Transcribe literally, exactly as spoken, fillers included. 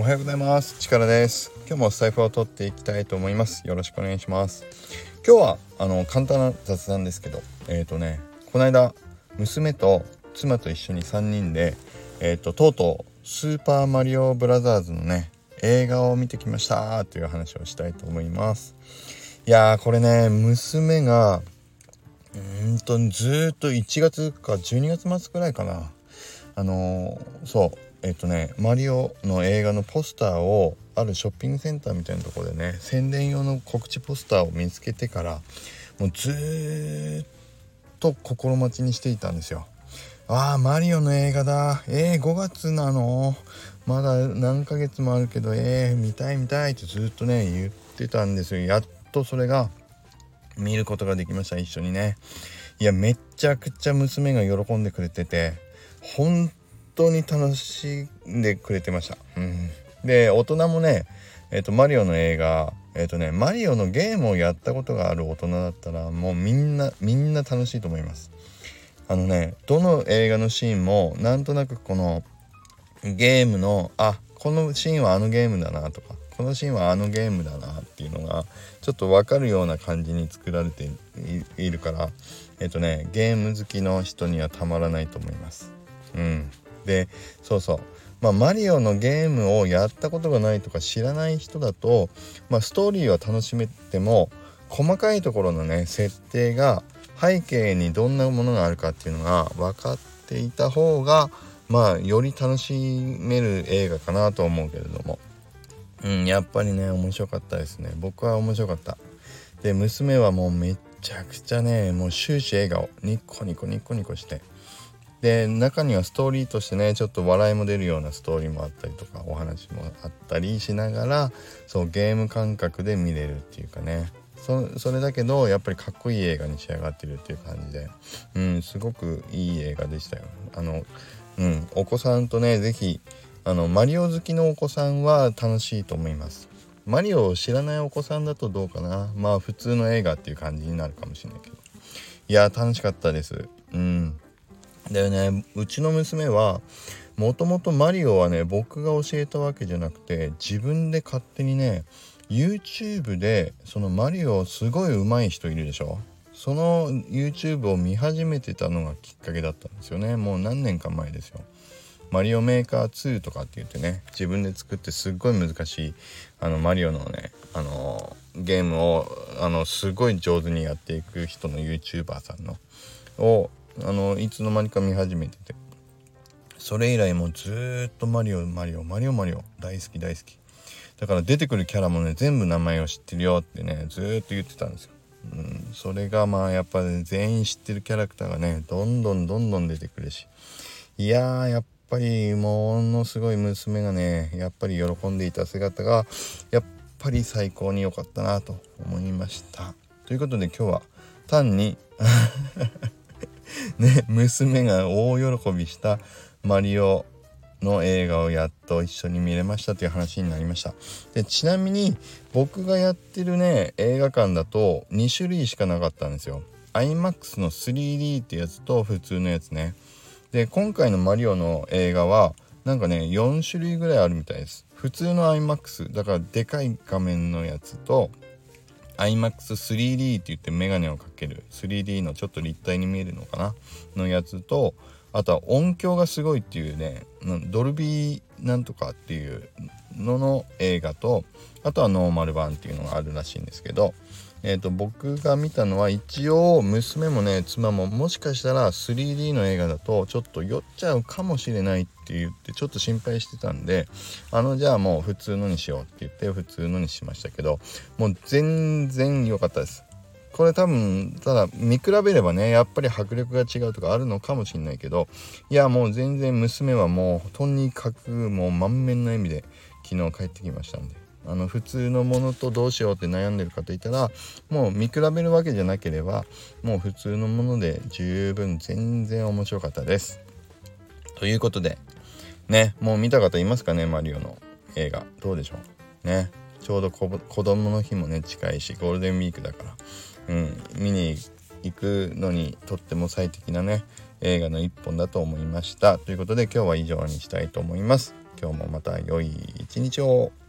はようございます。チカラです。今日もスタイフを撮っていきたいと思います。よろしくお願いします。今日はあの簡単な雑談ですけど、えっ、ー、とねこの間娘と妻と一緒にさんにんで、えー、ととうとうスーパーマリオブラザーズのね映画を見てきましたという話をしたいと思います。いやーこれね娘がうーんとずっといちがつかじゅうにがつ末くらいかな、あのー、そうえっ、ー、とねマリオの映画のポスターをあるショッピングセンターみたいなところでね宣伝用の告知ポスターを見つけてからもうずーっと心待ちにしていたんですよ。あーマリオの映画だ、えー、ごがつなの、まだ何ヶ月もあるけどえー、見たい見たいってずっとね言ってたんですよ。やっとそれが見ることができました。一緒にね。いやめっちゃくちゃ娘が喜んでくれてて本当に楽しんでくれてました。うん、で大人もねえっ、ー、とマリオの映画えっ、ー、とねマリオのゲームをやったことがある大人だったらもうみんなみんな楽しいと思います。あのねどの映画のシーンもなんとなくこのゲームのあこのシーンはあのゲームだなとかこのシーンはあのゲームだなっていうのがちょっと分かるような感じに作られて い, いるからえっとねゲーム好きの人にはたまらないと思います。うんでそうそうまあマリオのゲームをやったことがないとか知らない人だとまあストーリーは楽しめても細かいところのね設定が背景にどんなものがあるかっていうのが分かっていた方がまあより楽しめる映画かなと思うけれども、うんやっぱりね面白かったですね。僕は面白かった。で娘はもうめっちゃくちゃねもう終始笑顔ニッコニコニコニコしてで中にはストーリーとしてねちょっと笑いも出るようなストーリーもあったりとかお話もあったりしながらそうゲーム感覚で見れるっていうかね そ, それだけどやっぱりかっこいい映画に仕上がってるっていう感じでうんすごくいい映画でしたよ。あのうんお子さんとねぜひあのマリオ好きのお子さんは楽しいと思います。マリオを知らないお子さんだとどうかな、まあ普通の映画っていう感じになるかもしれないけどいや楽しかったです。うんでねうちの娘はもともとマリオはね僕が教えたわけじゃなくて自分で勝手にね YouTube でそのマリオすごい上手い人いるでしょ、その YouTube を見始めてたのがきっかけだったんですよね。もう何年か前ですよ。マリオメーカーツーとかって言ってね自分で作ってすっごい難しいあのマリオのねあのゲームをあのすごい上手にやっていく人の YouTuber さんのをあのいつの間にか見始めててそれ以来もうずーっとマリオマリオマリオマリオ大好き大好きだから出てくるキャラもね全部名前を知ってるよってねずーっと言ってたんですよ。うん、それがまあやっぱり、ね、全員知ってるキャラクターがねどんどんどんどん出てくるしいやーやっぱりものすごい娘がねやっぱり喜んでいた姿がやっぱり最高に良かったなと思いました。ということで今日は単にね娘が大喜びしたマリオの映画をやっと一緒に見れましたという話になりました。でちなみに僕がやってるね映画館だとに種類しかなかったんですよ。 アイマックス の スリーディー ってやつと普通のやつね。で今回のマリオの映画はなんかねよん種類ぐらいあるみたいです。普通の アイマックス だからでかい画面のやつと アイマックススリーディー って言ってメガネをかける スリーディー のちょっと立体に見えるのかなのやつとあとは音響がすごいっていうねドルビーなんとかっていうのの映画とあとはノーマル版っていうのがあるらしいんですけどえーと僕が見たのは一応娘もね妻ももしかしたら スリーディー の映画だとちょっと酔っちゃうかもしれないって言ってちょっと心配してたんであのじゃあもう普通のにしようって言って普通のにしましたけどもう全然良かったです。これ多分ただ見比べればねやっぱり迫力が違うとかあるのかもしれないけどいやもう全然娘はもうとにかくもう満面の笑みで昨日帰ってきましたんであの普通のものとどうしようって悩んでる方いたらもう見比べるわけじゃなければもう普通のもので十分全然面白かったですということでねもう見た方いますかねマリオの映画どうでしょうね。ちょうど子供の日もね近いしゴールデンウィークだからうん見に行くのにとっても最適なね映画の一本だと思いました。ということで今日は以上にしたいと思います。 今日もまた良い一日を。